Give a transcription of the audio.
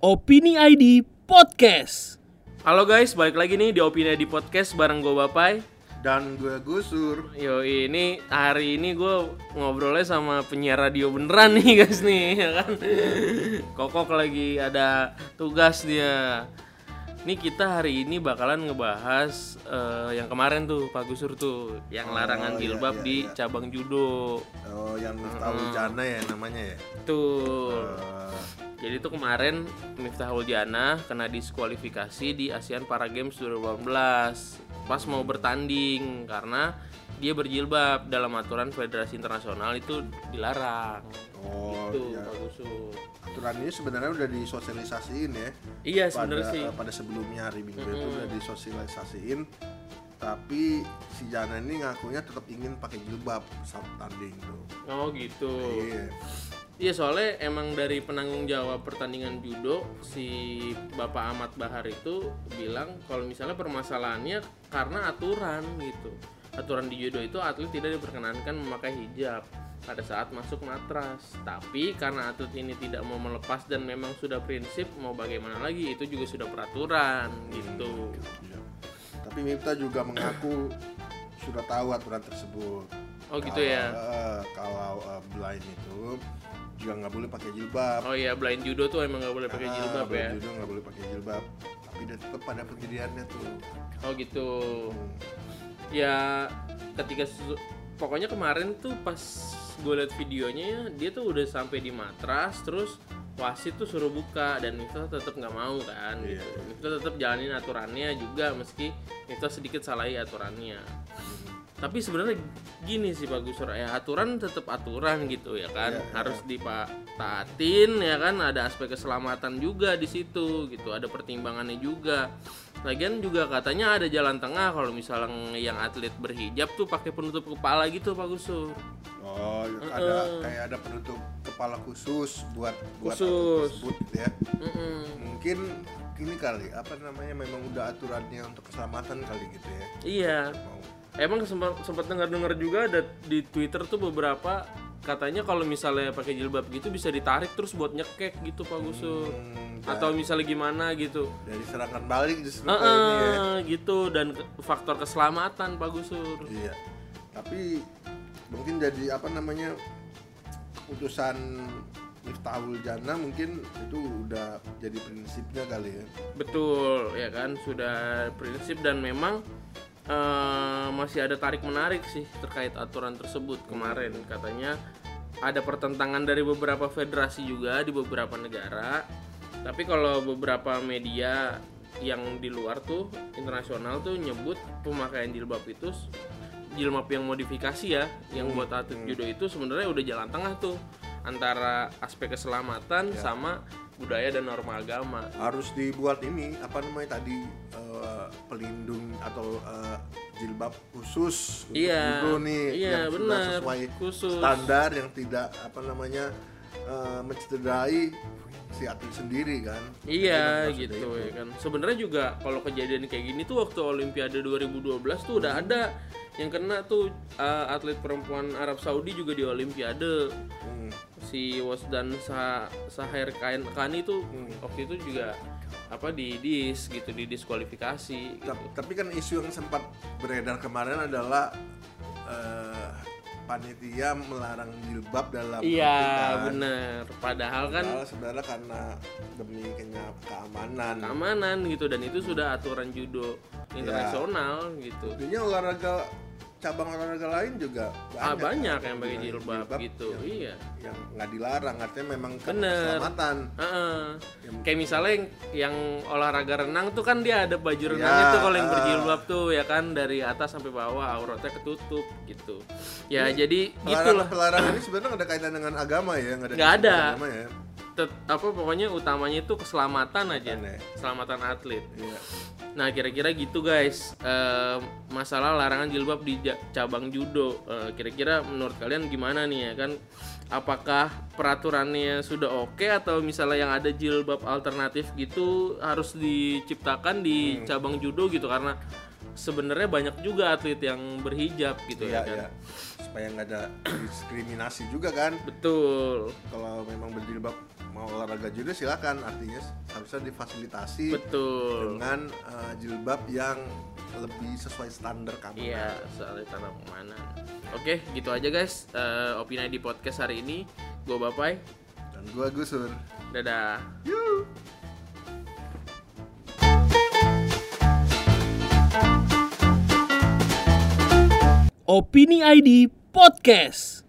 Opini ID Podcast. Halo guys, balik lagi nih di Opini ID Podcast bareng gue Bapai dan gue Gusur. Yo, ini hari ini gue ngobrolnya sama penyiar radio beneran nih guys nih, ya kan. Kokok lagi ada tugas dia. Nih kita hari ini bakalan ngebahas yang kemarin tuh Pak Gusur tuh, yang larangan jilbab di cabang judo. Oh, yang Miftahul Jana ya namanya ya. Tuh. Jadi tuh kemarin Miftahul Jana kena diskualifikasi di ASEAN Para Games 2018 pas mau bertanding karena dia berjilbab, dalam aturan Federasi Internasional itu dilarang. Oh, gitu, iya. Pak Gusur. Aturan ini sebenarnya udah disosialisasiin ya. Iya sebenarnya sih. Pada sebelumnya hari Minggu itu udah disosialisasiin. Tapi si Jana ini ngakunya tetap ingin pakai jilbab saat tanding tuh. Oh gitu. Iya. Iya, soalnya emang dari penanggung jawab pertandingan judo si Bapak Ahmad Bahar itu bilang kalau misalnya permasalahannya karena aturan gitu. Aturan di judo itu atlet tidak diperkenankan memakai hijab pada saat masuk matras. Tapi karena atlet ini tidak mau melepas dan memang sudah prinsip, mau bagaimana lagi, itu juga sudah peraturan gitu. Iya. Tapi Miftah juga mengaku sudah tahu aturan tersebut. Oh gitu ya. Kalau blind itu juga nggak boleh pakai jilbab. Oh iya, blind judo tuh emang nggak boleh pakai jilbab ya. Blind judo nggak boleh pakai jilbab. Tapi dia tetap pada pendiriannya tuh. Oh gitu. Ya ketika pokoknya kemarin tuh pas gue liat videonya ya, dia tuh udah sampai di matras, terus wasit tuh suruh buka dan Miftah tetap nggak mau kan. Gitu. Miftah tetap jalanin aturannya juga meski Miftah sedikit salahi aturannya. Tapi sebenarnya gini sih Pak Gusur, ya aturan tetap aturan gitu ya kan, harus ditaatin ya kan, ada aspek keselamatan juga di situ gitu, ada pertimbangannya juga. Lagian juga katanya ada jalan tengah kalau misalnya yang atlet berhijab tuh pakai penutup kepala gitu Pak Gusur. Oh, ada penutup kepala khusus buat khusus tersebut gitu ya. Mungkin ini kali memang udah aturannya untuk keselamatan kali gitu ya. Iya. Emang sempat dengar juga ada di Twitter tuh beberapa katanya kalau misalnya pakai jilbab gitu bisa ditarik terus buat nyekek gitu Pak Gusur. Atau misalnya gimana gitu. Dari serangan balik justru ini ya. Gitu, dan faktor keselamatan Pak Gusur. Iya. Tapi mungkin jadi keputusan Miftahul Jana mungkin itu udah jadi prinsipnya kali ya. Betul, ya kan, sudah prinsip dan memang masih ada tarik menarik sih terkait aturan tersebut. Kemarin katanya ada pertentangan dari beberapa federasi juga di beberapa negara. Tapi kalau beberapa media yang di luar tuh internasional tuh nyebut pemakaian jilbab itu jilbab yang modifikasi ya, yang buat atlet judo itu sebenarnya udah jalan tengah tuh antara aspek keselamatan sama budaya dan norma agama. Harus dibuat ini pelindung atau jilbab khusus untuk judo nih, yang benar, sesuai khusus standar yang tidak mencederai si atlet sendiri kan. Iya gitu ya kan. Sebenarnya juga kalau kejadian kayak gini tuh waktu Olimpiade 2012 tuh udah ada yang kena tuh, atlet perempuan Arab Saudi juga di Olimpiade. Si Wasdan Saher Kani tuh waktu itu juga didiskualifikasi gitu. Tapi kan isu yang sempat beredar kemarin adalah panitia melarang jilbab dalam benar. Padahal kan sebenarnya karena demi keamanan gitu, dan itu sudah aturan judo internasional gitu. Intinya cabang olahraga lain juga banyak yang pakai jilbab gitu. Yang nggak dilarang, artinya memang keselamatan. Kayak misalnya yang olahraga renang tuh kan dia ada baju renangnya tuh kalau yang berjilbab tuh ya kan, dari atas sampai bawah auratnya ketutup gitu. Ya jadi gitulah. Pelarangan ini sebenarnya ada kaitan dengan agama ya? Nggak ada. Agama ya? Pokoknya utamanya itu keselamatan aja, keselamatan atlet. Nah kira-kira gitu guys, masalah larangan jilbab di cabang judo. Kira-kira menurut kalian gimana nih ya kan? Apakah peraturannya sudah oke atau misalnya yang ada jilbab alternatif gitu harus diciptakan di cabang judo gitu, karena sebenarnya banyak juga atlet yang berhijab gitu ya kan. supaya nggak ada diskriminasi juga kan. Betul. Kalau memang berjilbab mau olahraga judo silakan, artinya harusnya difasilitasi Betul. dengan jilbab yang lebih sesuai standar keamanan. Iya, soalnya tanah keamanan. Oke, gitu aja guys. Opini di podcast hari ini. Gue Bapai. Dan gua Gusur. Dadah. Yuh. Opini ID Podcast.